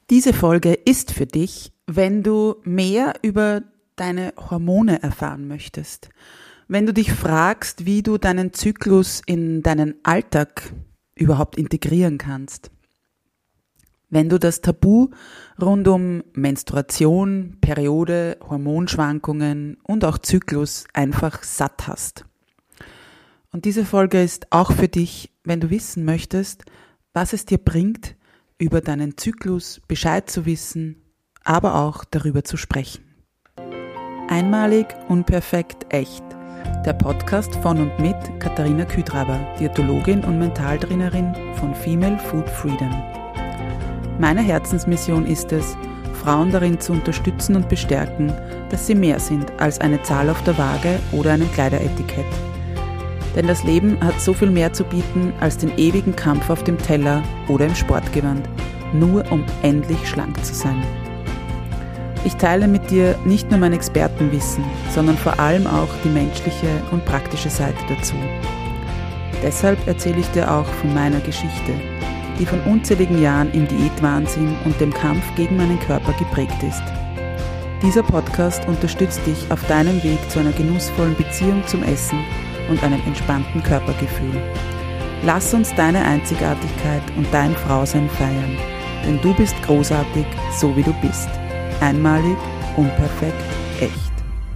Diese Folge ist für dich, wenn du mehr über deine Hormone erfahren möchtest. Wenn du dich fragst, wie du deinen Zyklus in deinen Alltag überhaupt integrieren kannst. Wenn du das Tabu rund um Menstruation, Periode, Hormonschwankungen und auch Zyklus einfach satt hast. Und diese Folge ist auch für dich, wenn du wissen möchtest, was es dir bringt, über deinen Zyklus Bescheid zu wissen, aber auch darüber zu sprechen. Einmalig, unperfekt, echt. Der Podcast von und mit Katharina Küdraber, Diätologin und Mentaltrainerin von Female Food Freedom. Meine Herzensmission ist es, Frauen darin zu unterstützen und bestärken, dass sie mehr sind als eine Zahl auf der Waage oder einem Kleideretikett. Denn das Leben hat so viel mehr zu bieten als den ewigen Kampf auf dem Teller oder im Sportgewand, nur um endlich schlank zu sein. Ich teile mit dir nicht nur mein Expertenwissen, sondern vor allem auch die menschliche und praktische Seite dazu. Deshalb erzähle ich dir auch von meiner Geschichte, die von unzähligen Jahren im Diätwahnsinn und dem Kampf gegen meinen Körper geprägt ist. Dieser Podcast unterstützt dich auf deinem Weg zu einer genussvollen Beziehung zum Essen und einem entspannten Körpergefühl. Lass uns deine Einzigartigkeit und dein Frausein feiern, denn du bist großartig, so wie du bist. Einmalig, unperfekt, echt.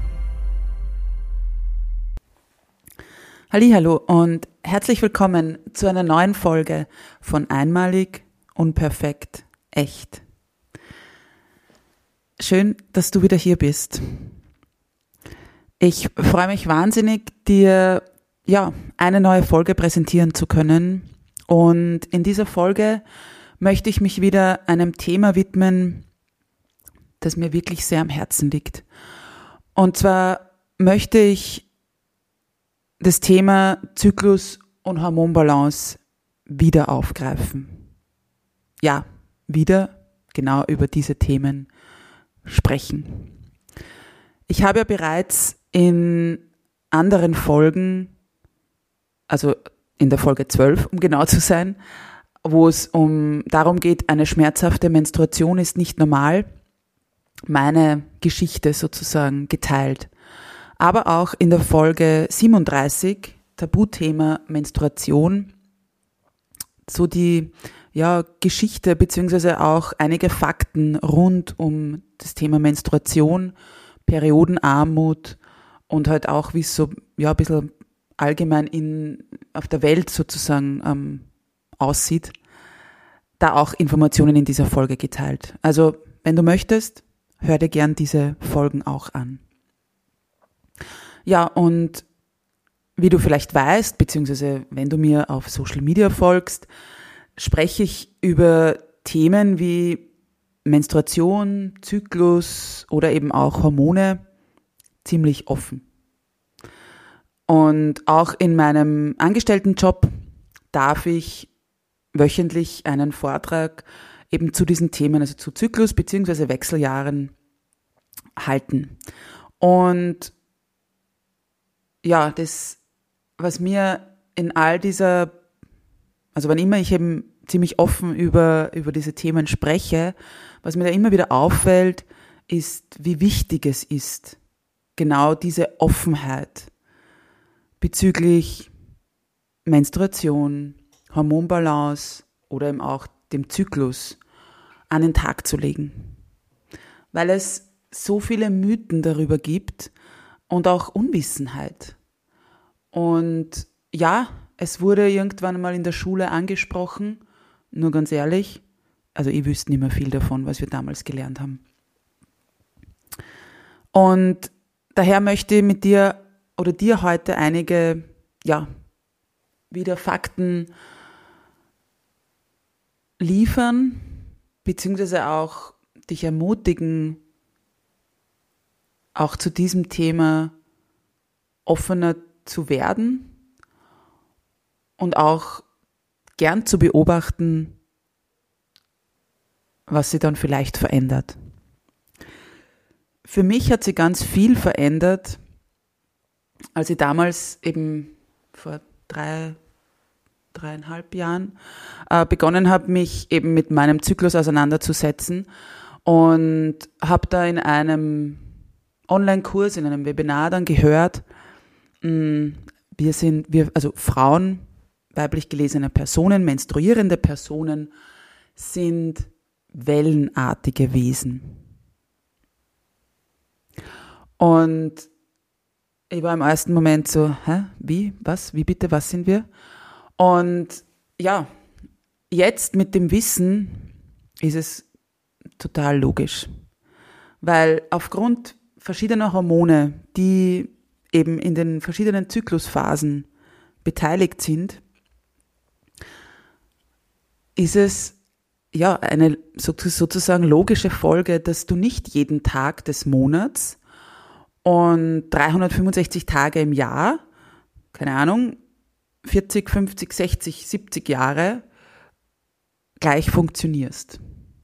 Hallihallo und herzlich willkommen zu einer neuen Folge von Einmalig, unperfekt, echt. Schön, dass du wieder hier bist. Ich freue mich wahnsinnig, dir eine neue Folge präsentieren zu können. Und in dieser Folge möchte ich mich wieder einem Thema widmen, das mir wirklich sehr am Herzen liegt. Und zwar möchte ich das Thema Zyklus und Hormonbalance wieder aufgreifen. Ja, wieder genau über diese Themen sprechen. Ich habe ja bereits in anderen Folgen, also in der Folge 12, um genau zu sein, wo es darum geht, eine schmerzhafte Menstruation ist nicht normal, meine Geschichte sozusagen geteilt. Aber auch in der Folge 37, Tabuthema Menstruation, so die Geschichte beziehungsweise auch einige Fakten rund um das Thema Menstruation, Periodenarmut und halt auch, wie es so ein bisschen allgemein auf der Welt sozusagen aussieht, da auch Informationen in dieser Folge geteilt. Also wenn du möchtest, hör dir gern diese Folgen auch an. Ja, und wie du vielleicht weißt, beziehungsweise wenn du mir auf Social Media folgst, spreche ich über Themen wie Menstruation, Zyklus oder eben auch Hormone ziemlich offen. Und auch in meinem Angestelltenjob darf ich wöchentlich einen Vortrag eben zu diesen Themen, also zu Zyklus bzw. Wechseljahren halten. Und ja, das, was mir in all dieser, also wann immer ich eben ziemlich offen über diese Themen spreche, was mir da immer wieder auffällt, ist, wie wichtig es ist, genau diese Offenheit bezüglich Menstruation, Hormonbalance oder eben auch dem Zyklus an den Tag zu legen. Weil es so viele Mythen darüber gibt und auch Unwissenheit. Und ja, es wurde irgendwann mal in der Schule angesprochen, nur ganz ehrlich, also ich wüsste nicht mehr viel davon, was wir damals gelernt haben. Und daher möchte ich mit dir heute einige, wieder Fakten liefern, beziehungsweise auch dich ermutigen, auch zu diesem Thema offener zu werden und auch gern zu beobachten, was sie dann vielleicht verändert. Für mich hat sie ganz viel verändert, als ich damals eben vor 3 3,5 Jahren, begonnen habe, mich eben mit meinem Zyklus auseinanderzusetzen und habe da in einem Online-Kurs, in einem Webinar dann gehört, also Frauen, weiblich gelesene Personen, menstruierende Personen sind wellenartige Wesen. Und ich war im ersten Moment so, wie, was, wie bitte, was sind wir? Und ja, jetzt mit dem Wissen ist es total logisch, weil aufgrund verschiedener Hormone, die eben in den verschiedenen Zyklusphasen beteiligt sind, ist es ja eine sozusagen logische Folge, dass du nicht jeden Tag des Monats und 365 Tage im Jahr, keine Ahnung, 40, 50, 60, 70 Jahre gleich funktionierst.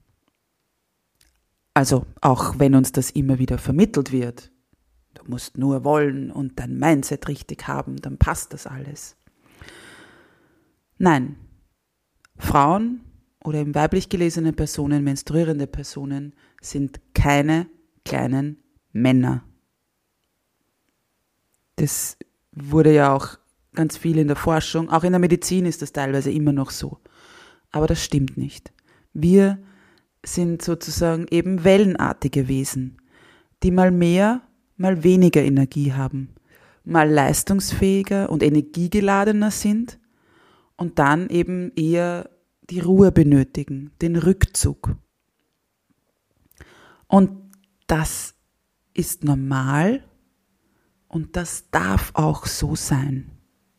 Also auch wenn uns das immer wieder vermittelt wird, du musst nur wollen und dein Mindset richtig haben, dann passt das alles. Nein, Frauen oder eben weiblich gelesene Personen, menstruierende Personen sind keine kleinen Männer. Das wurde ja auch ganz viel in der Forschung, auch in der Medizin ist das teilweise immer noch so. Aber das stimmt nicht. Wir sind sozusagen eben wellenartige Wesen, die mal mehr, mal weniger Energie haben, mal leistungsfähiger und energiegeladener sind und dann eben eher die Ruhe benötigen, den Rückzug. Und das ist normal und das darf auch so sein.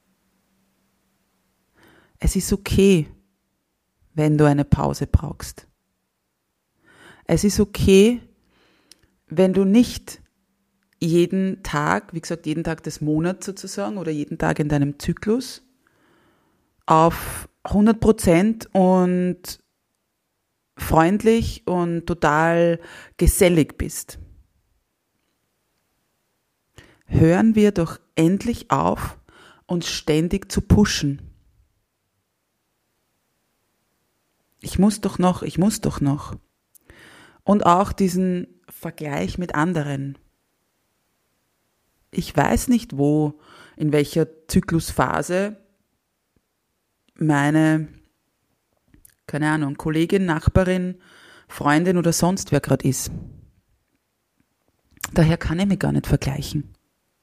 Es ist okay, wenn du eine Pause brauchst. Es ist okay, wenn du nicht jeden Tag, wie gesagt, jeden Tag des Monats sozusagen oder jeden Tag in deinem Zyklus auf 100% und freundlich und total gesellig bist. Hören wir doch endlich auf, uns ständig zu pushen. Ich muss doch noch. Und auch diesen Vergleich mit anderen. Ich weiß nicht, in welcher Zyklusphase meine, keine Ahnung, Kollegin, Nachbarin, Freundin oder sonst wer gerade ist. Daher kann ich mich gar nicht vergleichen.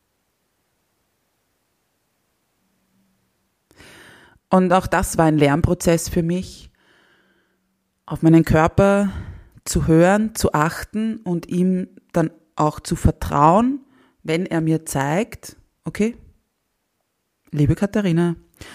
Und auch das war ein Lernprozess für mich, auf meinen Körper zu hören, zu achten und ihm dann auch zu vertrauen, wenn er mir zeigt, okay, liebe Katharina,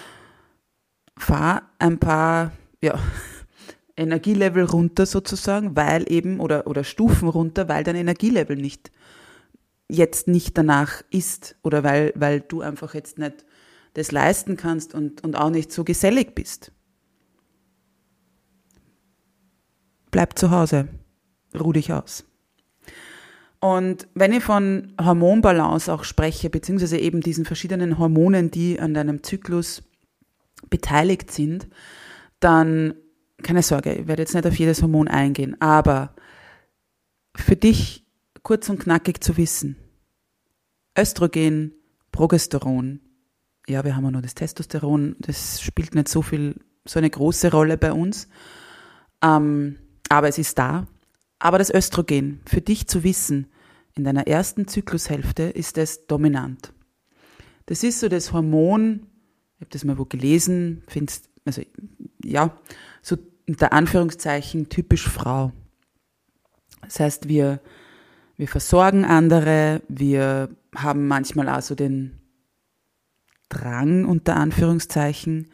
fahr ein paar Energielevel runter sozusagen, weil eben, oder Stufen runter, weil dein Energielevel jetzt nicht danach ist oder weil du einfach jetzt nicht das leisten kannst und auch nicht so gesellig bist. Bleib zu Hause, ruh dich aus. Und wenn ich von Hormonbalance auch spreche, beziehungsweise eben diesen verschiedenen Hormonen, die an deinem Zyklus beteiligt sind, dann keine Sorge, ich werde jetzt nicht auf jedes Hormon eingehen, aber für dich kurz und knackig zu wissen, Östrogen, Progesteron, ja, wir haben ja nur das Testosteron, das spielt nicht so eine große Rolle bei uns, aber es ist da. Aber das Östrogen, für dich zu wissen, in deiner ersten Zyklushälfte ist es dominant. Das ist so das Hormon, ich habe das mal wo gelesen, so unter Anführungszeichen typisch Frau. Das heißt, wir versorgen andere, wir haben manchmal auch so den Drang, unter Anführungszeichen,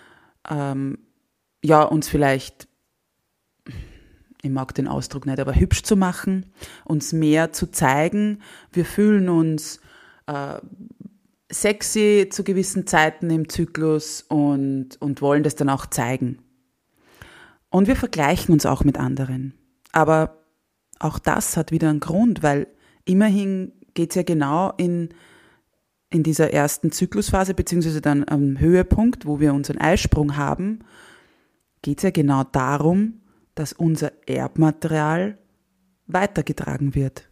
uns vielleicht, ich mag den Ausdruck nicht, aber hübsch zu machen, uns mehr zu zeigen. Wir fühlen uns sexy zu gewissen Zeiten im Zyklus und wollen das dann auch zeigen. Und wir vergleichen uns auch mit anderen. Aber auch das hat wieder einen Grund, weil immerhin geht es ja genau in in dieser ersten Zyklusphase, beziehungsweise dann am Höhepunkt, wo wir unseren Eisprung haben, geht es ja genau darum, dass unser Erbmaterial weitergetragen wird.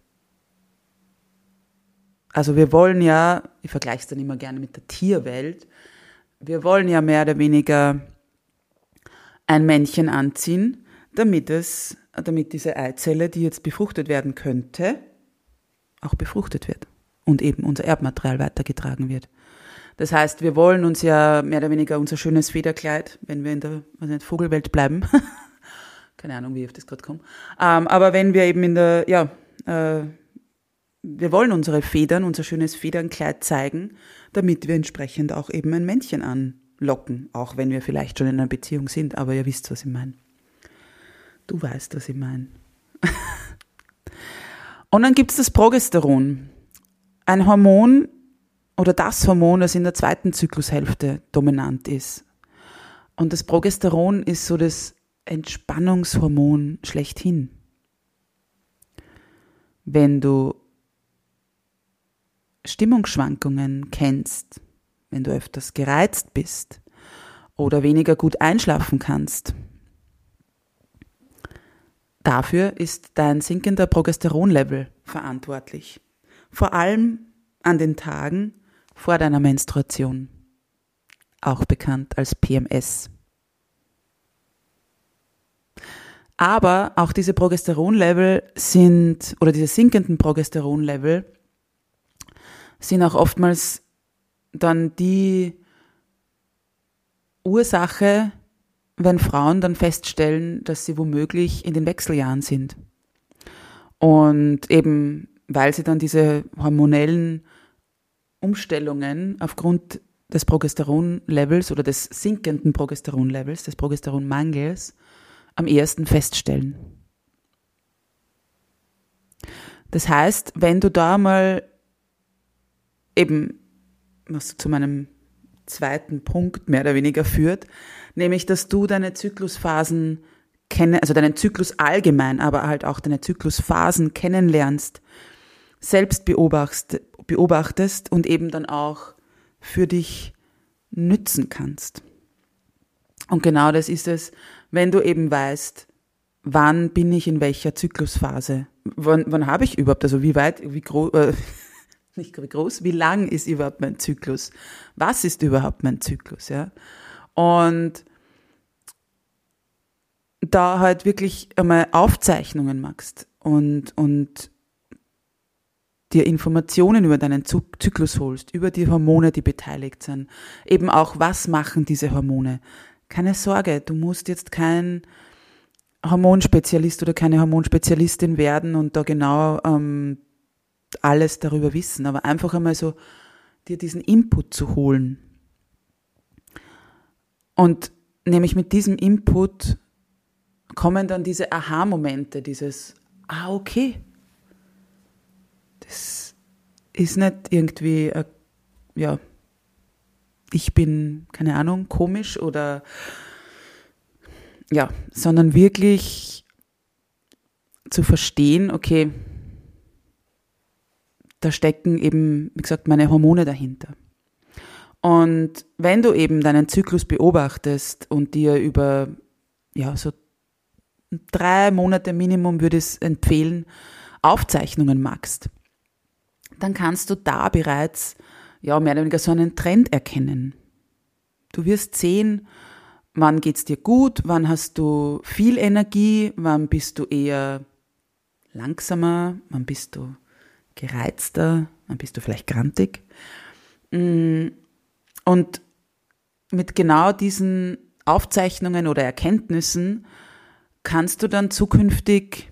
Also wir wollen ja, ich vergleiche es dann immer gerne mit der Tierwelt, wir wollen ja mehr oder weniger ein Männchen anziehen, damit diese Eizelle, die jetzt befruchtet werden könnte, auch befruchtet wird und eben unser Erbmaterial weitergetragen wird. Das heißt, wir wollen uns ja mehr oder weniger unser schönes Federkleid, wenn wir in der Vogelwelt bleiben, keine Ahnung, wie ich auf das gerade komme, aber wenn wir eben wir wollen unsere Federn, unser schönes Federnkleid zeigen, damit wir entsprechend auch eben ein Männchen anlocken, auch wenn wir vielleicht schon in einer Beziehung sind, aber ihr wisst, was ich meine. Du weißt, was ich meine. Und dann gibt es das Progesteron. Ein Hormon oder das Hormon, das in der zweiten Zyklushälfte dominant ist. Und das Progesteron ist so das Entspannungshormon schlechthin. Wenn du Stimmungsschwankungen kennst, wenn du öfters gereizt bist oder weniger gut einschlafen kannst, dafür ist dein sinkender Progesteronlevel verantwortlich. Vor allem an den Tagen vor deiner Menstruation, auch bekannt als PMS. Aber auch diese Progesteronlevel diese sinkenden Progesteronlevel sind auch oftmals dann die Ursache, wenn Frauen dann feststellen, dass sie womöglich in den Wechseljahren sind. Und eben, weil sie dann diese hormonellen Umstellungen aufgrund des Progesteronlevels oder des sinkenden Progesteronlevels, des Progesteronmangels, am ehesten feststellen. Das heißt, wenn du da mal eben, was zu meinem zweiten Punkt mehr oder weniger führt, nämlich, dass du deine Zyklusphasen also deinen Zyklus allgemein, aber halt auch deine Zyklusphasen kennenlernst, selbst beobachtest und eben dann auch für dich nützen kannst. Und genau das ist es, wenn du eben weißt, wann bin ich in welcher Zyklusphase, wann habe ich überhaupt, also wie lang ist überhaupt mein Zyklus? Was ist überhaupt mein Zyklus? Ja? Und da halt wirklich einmal Aufzeichnungen machst und dir Informationen über deinen Zyklus holst, über die Hormone, die beteiligt sind. Eben auch, was machen diese Hormone? Keine Sorge, du musst jetzt kein Hormonspezialist oder keine Hormonspezialistin werden und da genau alles darüber wissen, aber einfach einmal so dir diesen Input zu holen. Und nämlich mit diesem Input kommen dann diese Aha-Momente, dieses, okay, das ist nicht irgendwie, ich bin, keine Ahnung, komisch oder, sondern wirklich zu verstehen, okay, da stecken eben, wie gesagt, meine Hormone dahinter. Und wenn du eben deinen Zyklus beobachtest und dir über, so 3 Monate Minimum würde ich es empfehlen, Aufzeichnungen machst, dann kannst du da bereits, mehr oder weniger so einen Trend erkennen. Du wirst sehen, wann geht's dir gut, wann hast du viel Energie, wann bist du eher langsamer, wann bist du gereizter, dann bist du vielleicht grantig. Und mit genau diesen Aufzeichnungen oder Erkenntnissen kannst du dann zukünftig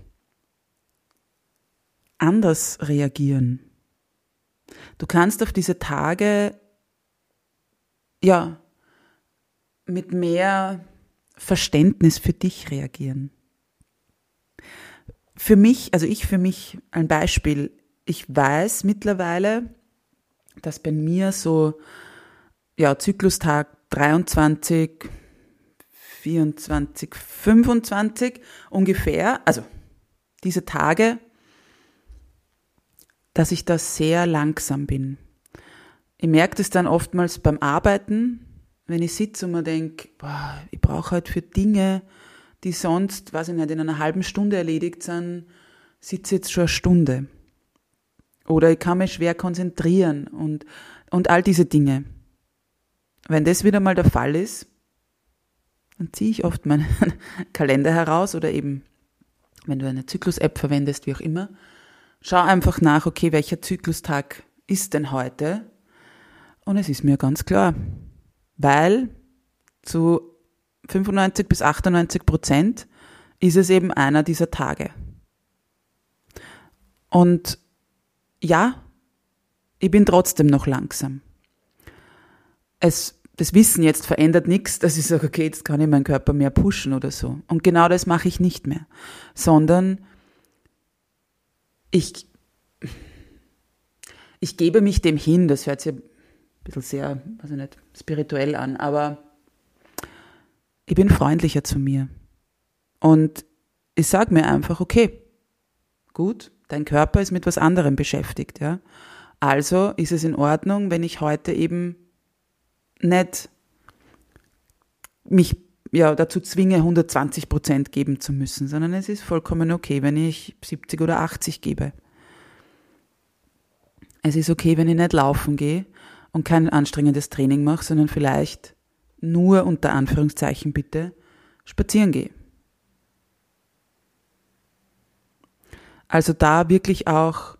anders reagieren. Du kannst auf diese Tage, mit mehr Verständnis für dich reagieren. Für mich ein Beispiel, ich weiß mittlerweile, dass bei mir so, Zyklustag 23, 24, 25 ungefähr, also diese Tage, dass ich da sehr langsam bin. Ich merke das dann oftmals beim Arbeiten, wenn ich sitze und mir denke, ich brauche halt für Dinge, die sonst, weiß ich nicht, in einer halben Stunde erledigt sind, sitze jetzt schon eine Stunde. Oder ich kann mich schwer konzentrieren und all diese Dinge. Wenn das wieder mal der Fall ist, dann ziehe ich oft meinen Kalender heraus oder eben, wenn du eine Zyklus-App verwendest, wie auch immer, schau einfach nach, okay, welcher Zyklustag ist denn heute? Und es ist mir ganz klar, weil zu 95 bis 98% ist es eben einer dieser Tage. Und ja, ich bin trotzdem noch langsam. Das Wissen jetzt verändert nichts, dass ich sage, okay, jetzt kann ich meinen Körper mehr pushen oder so. Und genau das mache ich nicht mehr, sondern ich gebe mich dem hin, das hört sich ein bisschen sehr, weiß ich nicht, spirituell an, aber ich bin freundlicher zu mir. Und ich sage mir einfach, okay, gut, dein Körper ist mit was anderem beschäftigt, ja. Also ist es in Ordnung, wenn ich heute eben nicht mich dazu zwinge, 120% geben zu müssen, sondern es ist vollkommen okay, wenn ich 70 oder 80 gebe. Es ist okay, wenn ich nicht laufen gehe und kein anstrengendes Training mache, sondern vielleicht nur unter Anführungszeichen bitte spazieren gehe. Also da wirklich auch,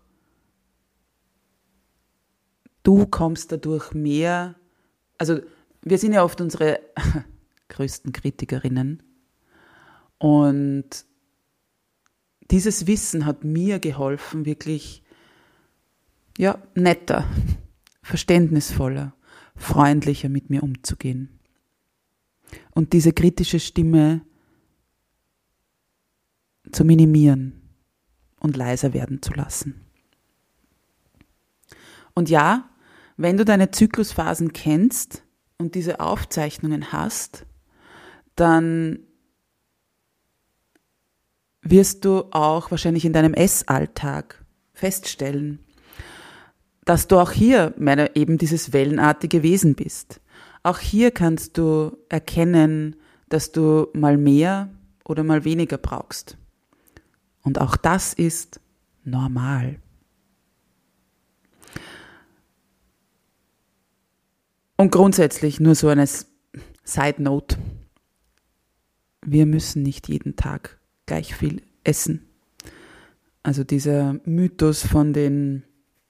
du kommst dadurch mehr, also wir sind ja oft unsere größten Kritikerinnen und dieses Wissen hat mir geholfen, wirklich netter, verständnisvoller, freundlicher mit mir umzugehen. Und diese kritische Stimme zu minimieren und leiser werden zu lassen. Und ja, wenn du deine Zyklusphasen kennst und diese Aufzeichnungen hast, dann wirst du auch wahrscheinlich in deinem Essalltag feststellen, dass du auch hier eben dieses wellenartige Wesen bist. Auch hier kannst du erkennen, dass du mal mehr oder mal weniger brauchst. Und auch das ist normal. Und grundsätzlich nur so eine Side Note. Wir müssen nicht jeden Tag gleich viel essen. Also dieser Mythos von den,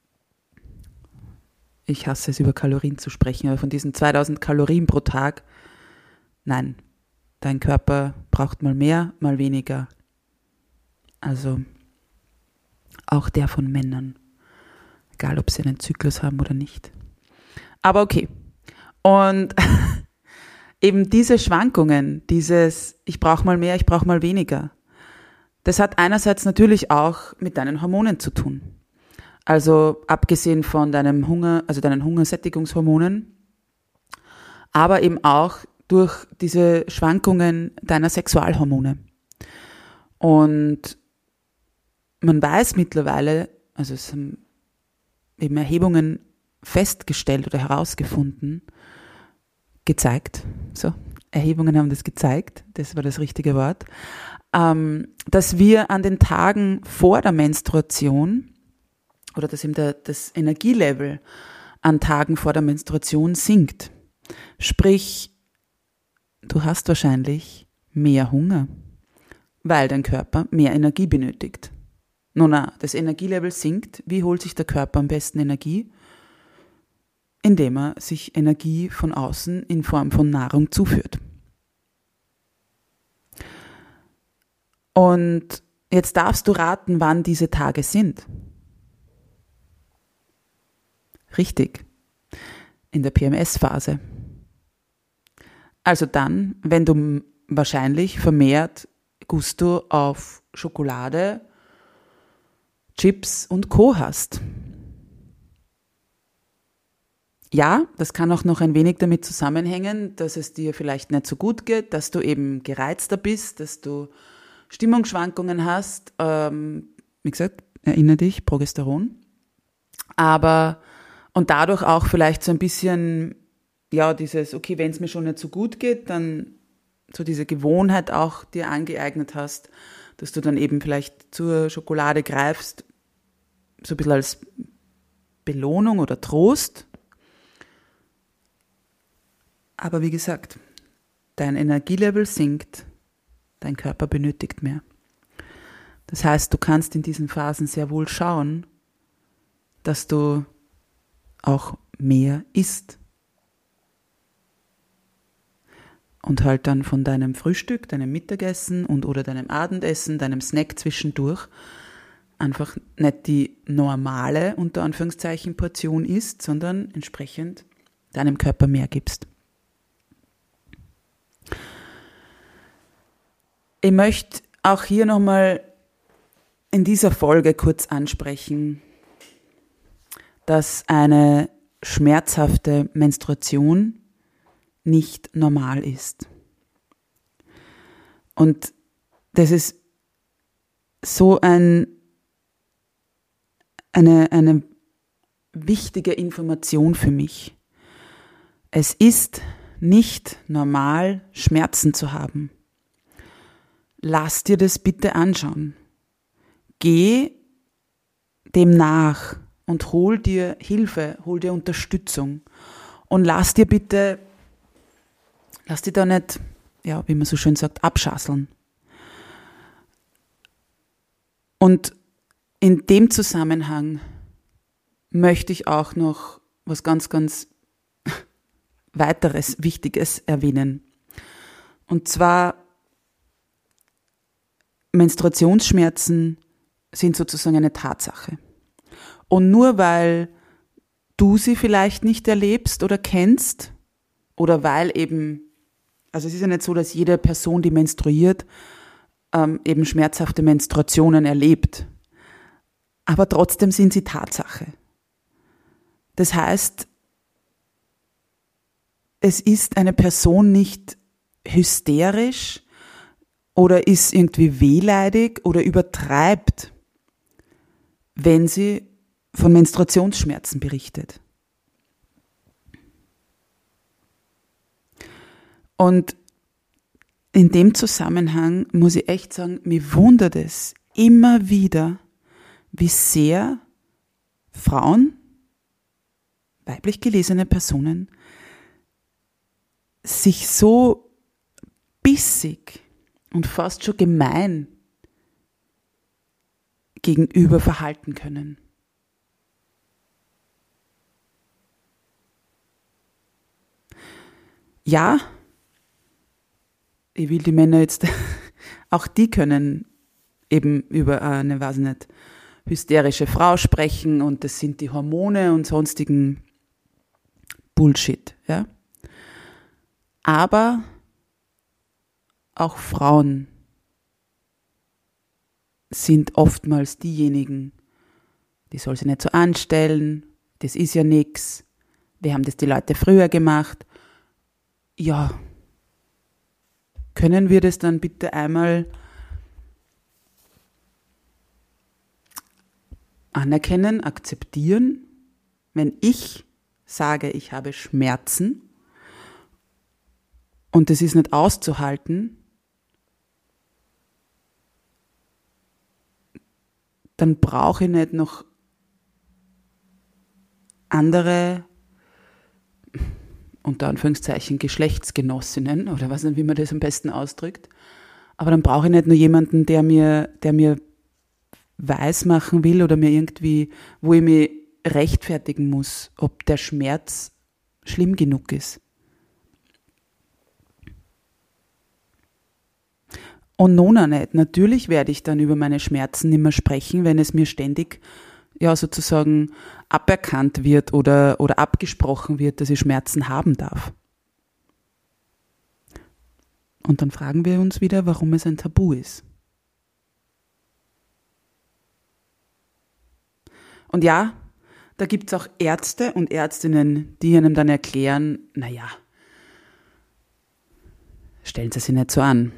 ich hasse es über Kalorien zu sprechen, aber von diesen 2000 Kalorien pro Tag. Nein, dein Körper braucht mal mehr, mal weniger. Also auch der von Männern. Egal, ob sie einen Zyklus haben oder nicht. Aber okay. Und eben diese Schwankungen, dieses ich brauche mal mehr, ich brauche mal weniger, das hat einerseits natürlich auch mit deinen Hormonen zu tun. Also abgesehen von deinem Hunger, also deinen Hungersättigungshormonen, aber eben auch durch diese Schwankungen deiner Sexualhormone. Und man weiß mittlerweile, also es haben eben Erhebungen festgestellt oder herausgefunden, Erhebungen haben das gezeigt, das war das richtige Wort, dass wir an den Tagen vor der Menstruation oder dass eben das Energielevel an Tagen vor der Menstruation sinkt. Sprich, du hast wahrscheinlich mehr Hunger, weil dein Körper mehr Energie benötigt. Nun, das Energielevel sinkt. Wie holt sich der Körper am besten Energie? Indem er sich Energie von außen in Form von Nahrung zuführt. Und jetzt darfst du raten, wann diese Tage sind. Richtig, in der PMS-Phase. Also dann, wenn du wahrscheinlich vermehrt Gusto auf Schokolade, Chips und Co. hast. Ja, das kann auch noch ein wenig damit zusammenhängen, dass es dir vielleicht nicht so gut geht, dass du eben gereizter bist, dass du Stimmungsschwankungen hast. Wie gesagt, erinnere dich, Progesteron. Und Und dadurch auch vielleicht so ein bisschen, ja, dieses, okay, wenn es mir schon nicht so gut geht, dann so diese Gewohnheit auch dir angeeignet hast, dass du dann eben vielleicht zur Schokolade greifst, so ein bisschen als Belohnung oder Trost. Aber wie gesagt, dein Energielevel sinkt, dein Körper benötigt mehr. Das heißt, du kannst in diesen Phasen sehr wohl schauen, dass du auch mehr isst. Und halt dann von deinem Frühstück, deinem Mittagessen und oder deinem Abendessen, deinem Snack zwischendurch einfach nicht die normale, unter Anführungszeichen, Portion isst, sondern entsprechend deinem Körper mehr gibst. Ich möchte auch hier nochmal in dieser Folge kurz ansprechen, dass eine schmerzhafte Menstruation nicht normal ist. Und das ist so eine wichtige Information für mich. Es ist nicht normal, Schmerzen zu haben. Lass dir das bitte anschauen. Geh dem nach und hol dir Hilfe, hol dir Unterstützung und lass dir da nicht, ja, wie man so schön sagt, abschasseln. Und in dem Zusammenhang möchte ich auch noch was ganz, ganz weiteres Wichtiges erwähnen. Und zwar Menstruationsschmerzen sind sozusagen eine Tatsache. Und nur weil du sie vielleicht nicht erlebst oder kennst oder weil eben, also es ist ja nicht so, dass jede Person, die menstruiert, eben schmerzhafte Menstruationen erlebt. Aber trotzdem sind sie Tatsache. Das heißt, es ist eine Person nicht hysterisch oder ist irgendwie wehleidig oder übertreibt, wenn sie von Menstruationsschmerzen berichtet. Und in dem Zusammenhang muss ich echt sagen, mich wundert es immer wieder, wie sehr Frauen, weiblich gelesene Personen, sich so bissig und fast schon gemein gegenüber verhalten können. Ja, ich will die Männer jetzt, auch die können eben über eine, weiß nicht, hysterische Frau sprechen und das sind die Hormone und sonstigen Bullshit, ja. Aber auch Frauen sind oftmals diejenigen, die soll sich nicht so anstellen, das ist ja nix, wir haben das die Leute früher gemacht. Ja, können wir das dann bitte einmal anerkennen, akzeptieren, wenn ich sage, ich habe Schmerzen und das ist nicht auszuhalten, dann brauche ich nicht noch andere, unter Anführungszeichen, Geschlechtsgenossinnen oder weiß nicht, wie man das am besten ausdrückt. Aber dann brauche ich nicht nur jemanden, der mir weismachen will oder mir irgendwie, wo ich mich rechtfertigen muss, ob der Schmerz schlimm genug ist. Und nona nicht. Natürlich werde ich dann über meine Schmerzen nicht mehr sprechen, wenn es mir ständig ja sozusagen aberkannt wird oder abgesprochen wird, dass ich Schmerzen haben darf. Und dann fragen wir uns wieder, warum es ein Tabu ist. Und ja, da gibt es auch Ärzte und Ärztinnen, die einem dann erklären, naja, stellen Sie sich nicht so an.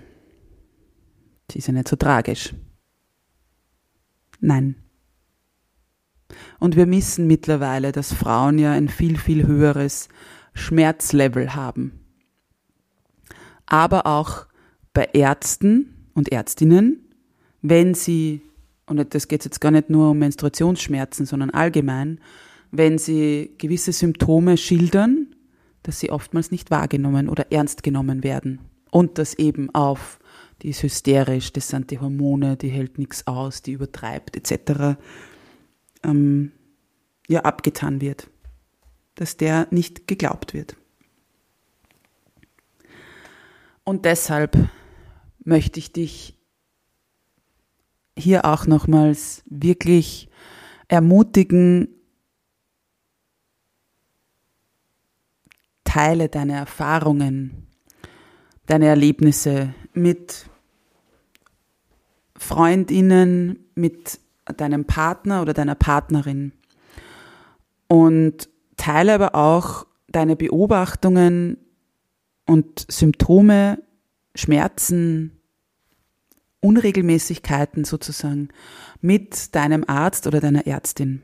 Das ist ja nicht so tragisch. Nein. Und wir wissen mittlerweile, dass Frauen ja ein viel, viel höheres Schmerzlevel haben. Aber auch bei Ärzten und Ärztinnen, wenn sie, und das geht jetzt gar nicht nur um Menstruationsschmerzen, sondern allgemein, wenn sie gewisse Symptome schildern, dass sie oftmals nicht wahrgenommen oder ernst genommen werden. Und das eben auf, die ist hysterisch, das sind die Hormone, die hält nichts aus, die übertreibt etc. Abgetan wird. Dass der nicht geglaubt wird. Und deshalb möchte ich dich hier auch nochmals wirklich ermutigen, teile deine Erfahrungen, deine Erlebnisse mit Freundinnen, mit deinem Partner oder deiner Partnerin und teile aber auch deine Beobachtungen und Symptome, Schmerzen, Unregelmäßigkeiten sozusagen mit deinem Arzt oder deiner Ärztin.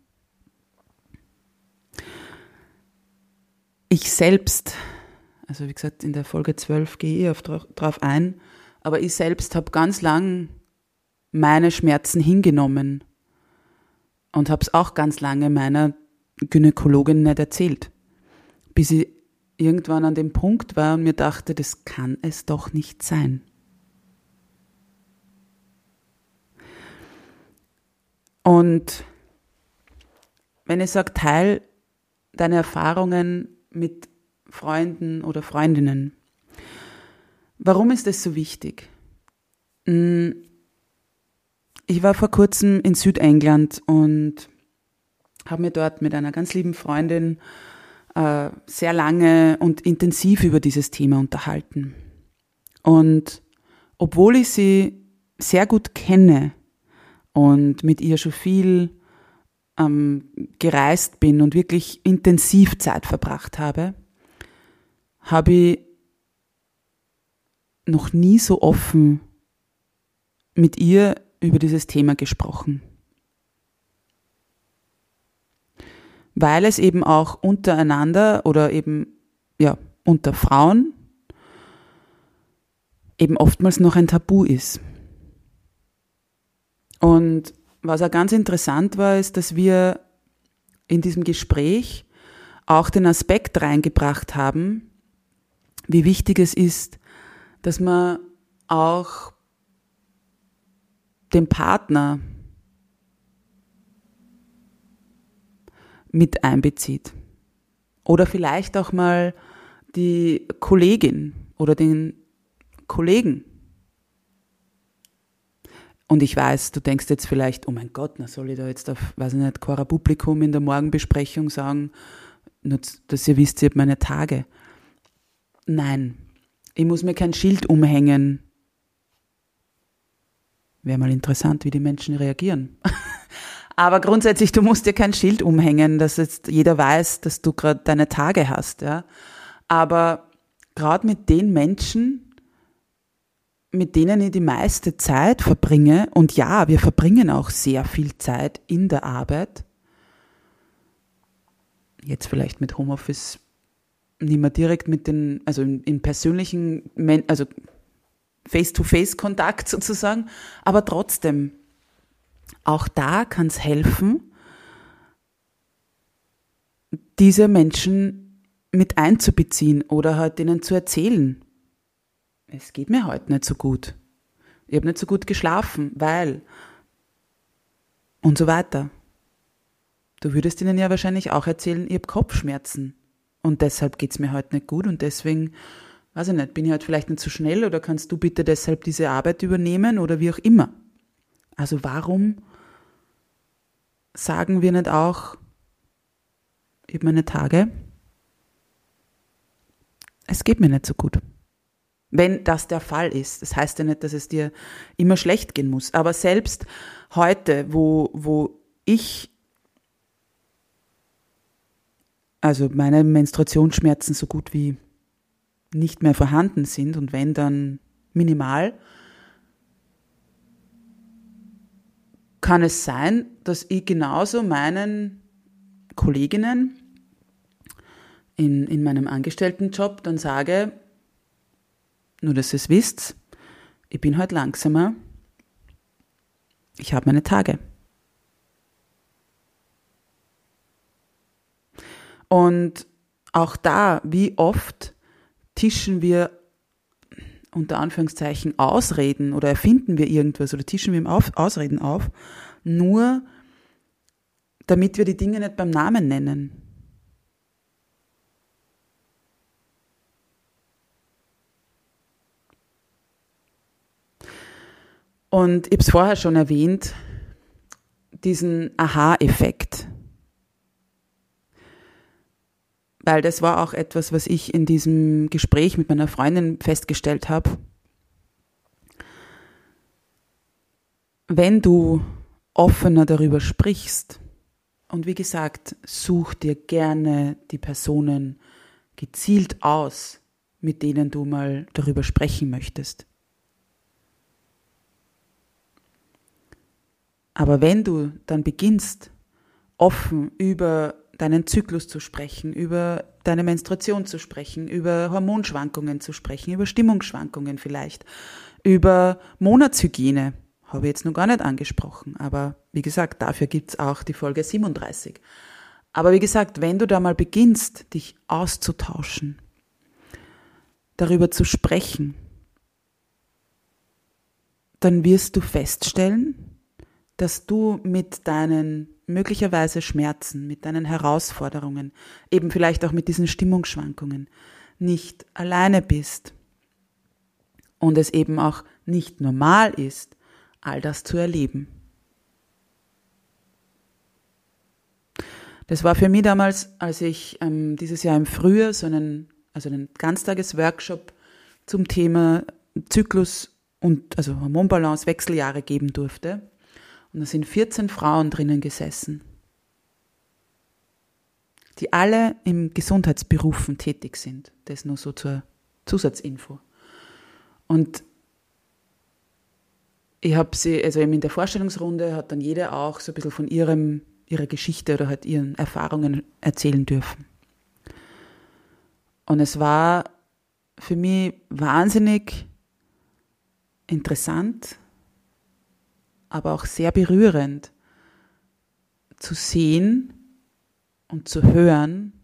Ich selbst, also wie gesagt, in der Folge 12 gehe ich drauf ein, aber ich selbst habe ganz lang meine Schmerzen hingenommen und habe es auch ganz lange meiner Gynäkologin nicht erzählt, bis ich irgendwann an dem Punkt war und mir dachte, das kann es doch nicht sein. Und wenn ich sage, teil deine Erfahrungen mit Freunden oder Freundinnen, warum ist das so wichtig? Ich war vor kurzem in Südengland und habe mir dort mit einer ganz lieben Freundin sehr lange und intensiv über dieses Thema unterhalten. Und obwohl ich sie sehr gut kenne und mit ihr schon viel gereist bin und wirklich intensiv Zeit verbracht habe, habe ich noch nie so offen mit ihr über dieses Thema gesprochen. Weil es eben auch untereinander oder eben unter Frauen eben oftmals noch ein Tabu ist. Und was auch ganz interessant war, ist, dass wir in diesem Gespräch auch den Aspekt reingebracht haben, wie wichtig es ist, dass man auch den Partner mit einbezieht. Oder vielleicht auch mal die Kollegin oder den Kollegen. Und ich weiß, du denkst jetzt vielleicht, oh mein Gott, na soll ich da jetzt auf, weiß ich nicht, Cora Publikum in der Morgenbesprechung sagen, nur, dass ihr wisst, ich habe meine Tage. Nein, ich muss mir kein Schild umhängen. Wäre mal interessant, wie die Menschen reagieren. Aber grundsätzlich, du musst dir kein Schild umhängen, dass jetzt jeder weiß, dass du gerade deine Tage hast. Ja. Aber gerade mit den Menschen, mit denen ich die meiste Zeit verbringe, und ja, wir verbringen auch sehr viel Zeit in der Arbeit, jetzt vielleicht mit Homeoffice nicht mehr direkt mit den, also in persönlichen, also Face-to-Face-Kontakt sozusagen, aber trotzdem, auch da kann es helfen, diese Menschen mit einzubeziehen oder halt denen zu erzählen, es geht mir heute nicht so gut. Ich habe nicht so gut geschlafen, weil und so weiter. Du würdest ihnen ja wahrscheinlich auch erzählen, ich habe Kopfschmerzen und deshalb geht es mir heute nicht gut und deswegen, weiß ich nicht, bin ich halt vielleicht nicht so schnell oder kannst du bitte deshalb diese Arbeit übernehmen oder wie auch immer. Also warum sagen wir nicht auch, ich habe meine Tage, es geht mir nicht so gut. Wenn das der Fall ist. Das heißt ja nicht, dass es dir immer schlecht gehen muss. Aber selbst heute, wo ich, also meine Menstruationsschmerzen so gut wie nicht mehr vorhanden sind und wenn, dann minimal, kann es sein, dass ich genauso meinen Kolleginnen in meinem Angestelltenjob dann sage, nur dass ihr es wisst, ich bin heute langsamer, ich habe meine Tage. Und auch da, wie oft tischen wir unter Anführungszeichen Ausreden oder erfinden wir irgendwas oder tischen wir Ausreden auf, nur damit wir die Dinge nicht beim Namen nennen. Und ich habe es vorher schon erwähnt, diesen Aha-Effekt. Weil das war auch etwas, was ich in diesem Gespräch mit meiner Freundin festgestellt habe. Wenn du offener darüber sprichst, und wie gesagt, such dir gerne die Personen gezielt aus, mit denen du mal darüber sprechen möchtest. Aber wenn du dann beginnst, offen über deinen Zyklus zu sprechen, über deine Menstruation zu sprechen, über Hormonschwankungen zu sprechen, über Stimmungsschwankungen vielleicht, über Monatshygiene, habe ich jetzt noch gar nicht angesprochen, aber wie gesagt, dafür gibt's auch die Folge 37. Aber wie gesagt, wenn du da mal beginnst, dich auszutauschen, darüber zu sprechen, dann wirst du feststellen, dass du mit deinen möglicherweise Schmerzen, mit deinen Herausforderungen, eben vielleicht auch mit diesen Stimmungsschwankungen nicht alleine bist und es eben auch nicht normal ist, all das zu erleben. Das war für mich damals, als ich dieses Jahr im Frühjahr einen Ganztages-Workshop zum Thema Zyklus und also Hormonbalance, Wechseljahre geben durfte. Und da sind 14 Frauen drinnen gesessen, die alle in Gesundheitsberufen tätig sind. Das nur so zur Zusatzinfo. Und ich habe sie, also eben in der Vorstellungsrunde hat dann jede auch so ein bisschen von ihrer Geschichte oder halt ihren Erfahrungen erzählen dürfen. Und es war für mich wahnsinnig interessant, aber auch sehr berührend zu sehen und zu hören,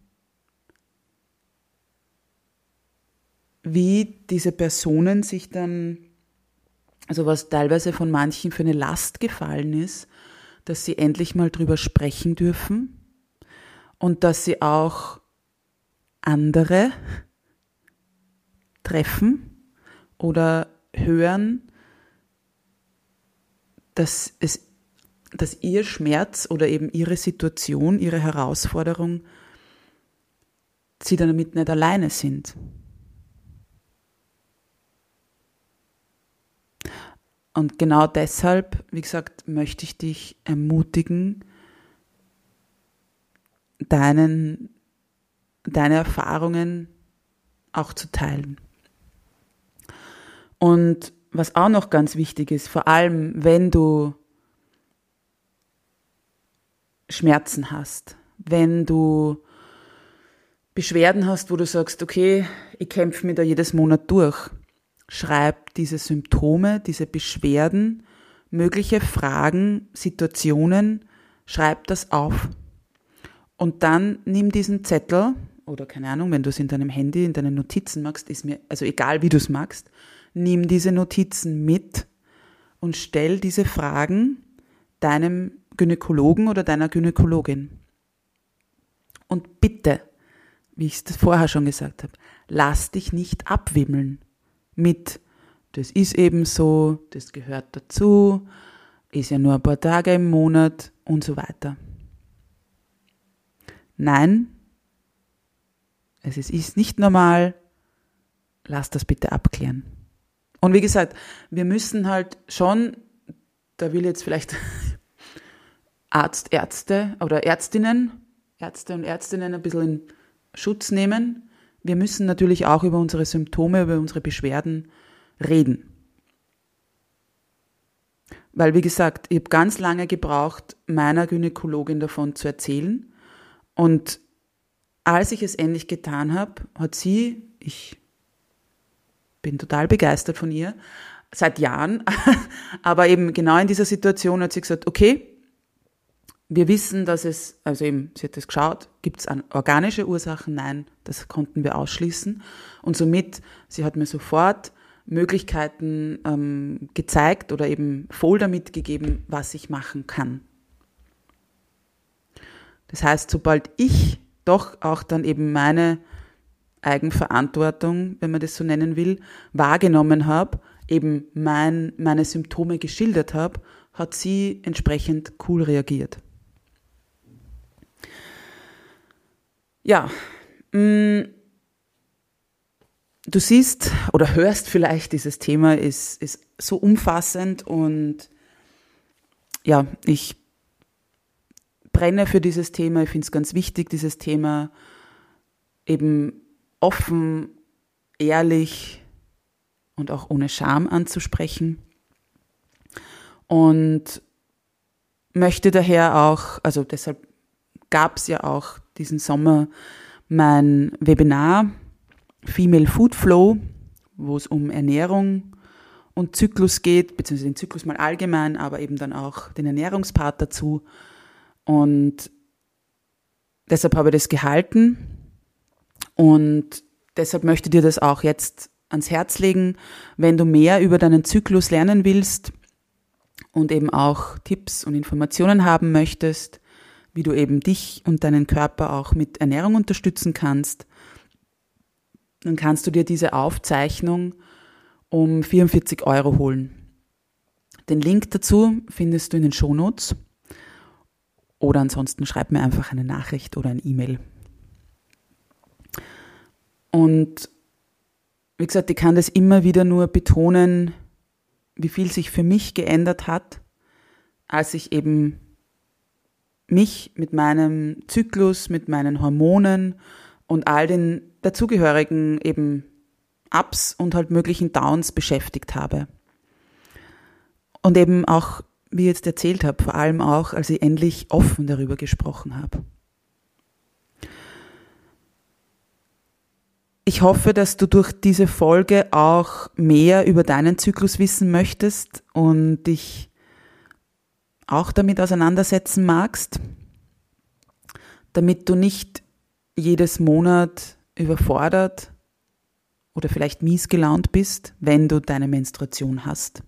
wie diese Personen sich dann, also was teilweise von manchen für eine Last gefallen ist, dass sie endlich mal drüber sprechen dürfen und dass sie auch andere treffen oder hören, dass ihr Schmerz oder eben ihre Situation, ihre Herausforderung, sie damit nicht alleine sind. Und genau deshalb, wie gesagt, möchte ich dich ermutigen, deine Erfahrungen auch zu teilen. Und was auch noch ganz wichtig ist, vor allem wenn du Schmerzen hast, wenn du Beschwerden hast, wo du sagst, okay, ich kämpfe mich da jedes Monat durch, schreib diese Symptome, diese Beschwerden, mögliche Fragen, Situationen, schreib das auf. Und dann nimm diesen Zettel, oder keine Ahnung, wenn du es in deinem Handy, in deinen Notizen magst, ist mir, also egal wie du es magst, nimm diese Notizen mit und stell diese Fragen deinem Gynäkologen oder deiner Gynäkologin. Und bitte, wie ich es vorher schon gesagt habe, lass dich nicht abwimmeln mit, das ist eben so, das gehört dazu, ist ja nur ein paar Tage im Monat und so weiter. Nein, es ist nicht normal, lass das bitte abklären. Und wie gesagt, wir müssen halt schon, da will jetzt vielleicht Ärzte und Ärztinnen ein bisschen in Schutz nehmen. Wir müssen natürlich auch über unsere Symptome, über unsere Beschwerden reden. Weil, wie gesagt, ich habe ganz lange gebraucht, meiner Gynäkologin davon zu erzählen. Und als ich es endlich getan habe, hat sie, ich bin total begeistert von ihr, seit Jahren, aber eben genau in dieser Situation hat sie gesagt, okay, wir wissen, dass es, also eben, sie hat das geschaut, gibt es organische Ursachen? Nein, das konnten wir ausschließen. Und somit, sie hat mir sofort Möglichkeiten gezeigt oder eben Folder mitgegeben, was ich machen kann. Das heißt, sobald ich doch auch dann eben meine Eigenverantwortung, wenn man das so nennen will, wahrgenommen habe, eben meine Symptome geschildert habe, hat sie entsprechend cool reagiert. Ja, du siehst oder hörst vielleicht, dieses Thema ist so umfassend und ja, ich brenne für dieses Thema. Ich finde es ganz wichtig, dieses Thema eben offen, ehrlich und auch ohne Scham anzusprechen. Und möchte daher auch, also deshalb gab es ja auch diesen Sommer mein Webinar Female Food Flow, wo es um Ernährung und Zyklus geht, beziehungsweise den Zyklus mal allgemein, aber eben dann auch den Ernährungspart dazu. Und deshalb habe ich das gehalten und deshalb möchte ich dir das auch jetzt ans Herz legen, wenn du mehr über deinen Zyklus lernen willst und eben auch Tipps und Informationen haben möchtest, wie du eben dich und deinen Körper auch mit Ernährung unterstützen kannst, dann kannst du dir diese Aufzeichnung um 44 € holen. Den Link dazu findest du in den Shownotes oder ansonsten schreib mir einfach eine Nachricht oder ein E-Mail. Und wie gesagt, ich kann das immer wieder nur betonen, wie viel sich für mich geändert hat, als ich eben mich mit meinem Zyklus, mit meinen Hormonen und all den dazugehörigen eben Ups und halt möglichen Downs beschäftigt habe. Und eben auch, wie ich jetzt erzählt habe, vor allem auch, als ich endlich offen darüber gesprochen habe. Ich hoffe, dass du durch diese Folge auch mehr über deinen Zyklus wissen möchtest und dich auch damit auseinandersetzen magst, damit du nicht jedes Monat überfordert oder vielleicht mies gelaunt bist, wenn du deine Menstruation hast.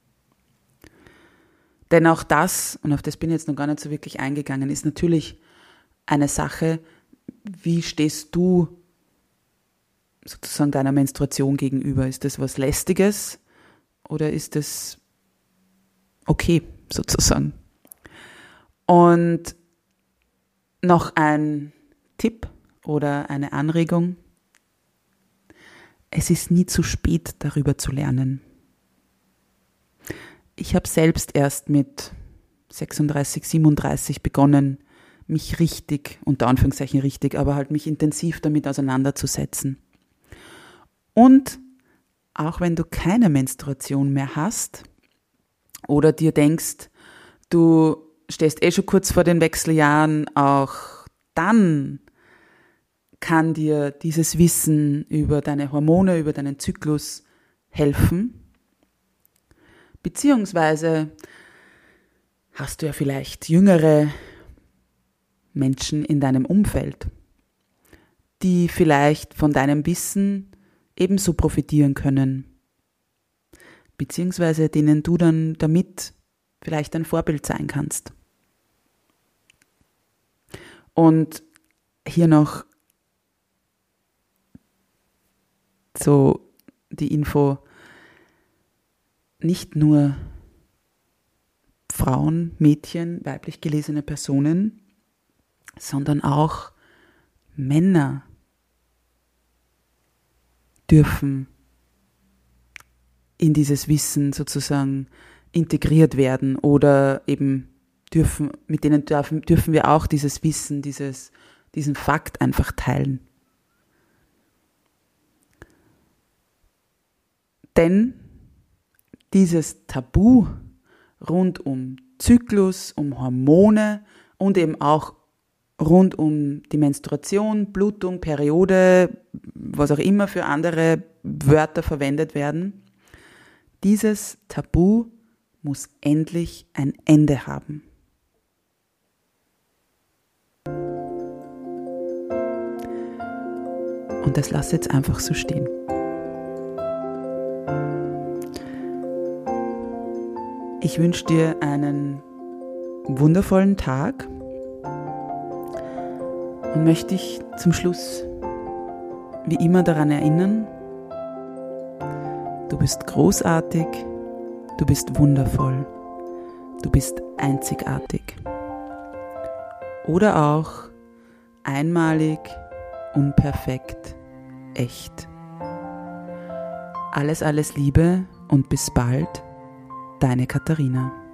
Denn auch das, und auf das bin ich jetzt noch gar nicht so wirklich eingegangen, ist natürlich eine Sache, wie stehst du sozusagen deiner Menstruation gegenüber? Ist das was Lästiges oder ist das okay sozusagen? Und noch ein Tipp oder eine Anregung. Es ist nie zu spät, darüber zu lernen. Ich habe selbst erst mit 36, 37 begonnen, mich richtig, unter Anführungszeichen richtig, aber halt mich intensiv damit auseinanderzusetzen. Und auch wenn du keine Menstruation mehr hast oder dir denkst, du stehst schon kurz vor den Wechseljahren, auch dann kann dir dieses Wissen über deine Hormone, über deinen Zyklus helfen. Beziehungsweise hast du ja vielleicht jüngere Menschen in deinem Umfeld, die vielleicht von deinem Wissen ebenso profitieren können, beziehungsweise denen du dann damit vielleicht ein Vorbild sein kannst. Und hier noch so die Info, nicht nur Frauen, Mädchen, weiblich gelesene Personen, sondern auch Männer dürfen in dieses Wissen sozusagen integriert werden oder eben mit denen dürfen wir auch dieses Wissen, diesen Fakt einfach teilen. Denn dieses Tabu rund um Zyklus, um Hormone und eben auch rund um die Menstruation, Blutung, Periode, was auch immer für andere Wörter verwendet werden. Dieses Tabu muss endlich ein Ende haben. Und das lasse jetzt einfach so stehen. Ich wünsche dir einen wundervollen Tag und möchte dich zum Schluss wie immer daran erinnern, du bist großartig, du bist wundervoll, du bist einzigartig oder auch einmalig, unperfekt, echt. Alles Liebe und bis bald, deine Katharina.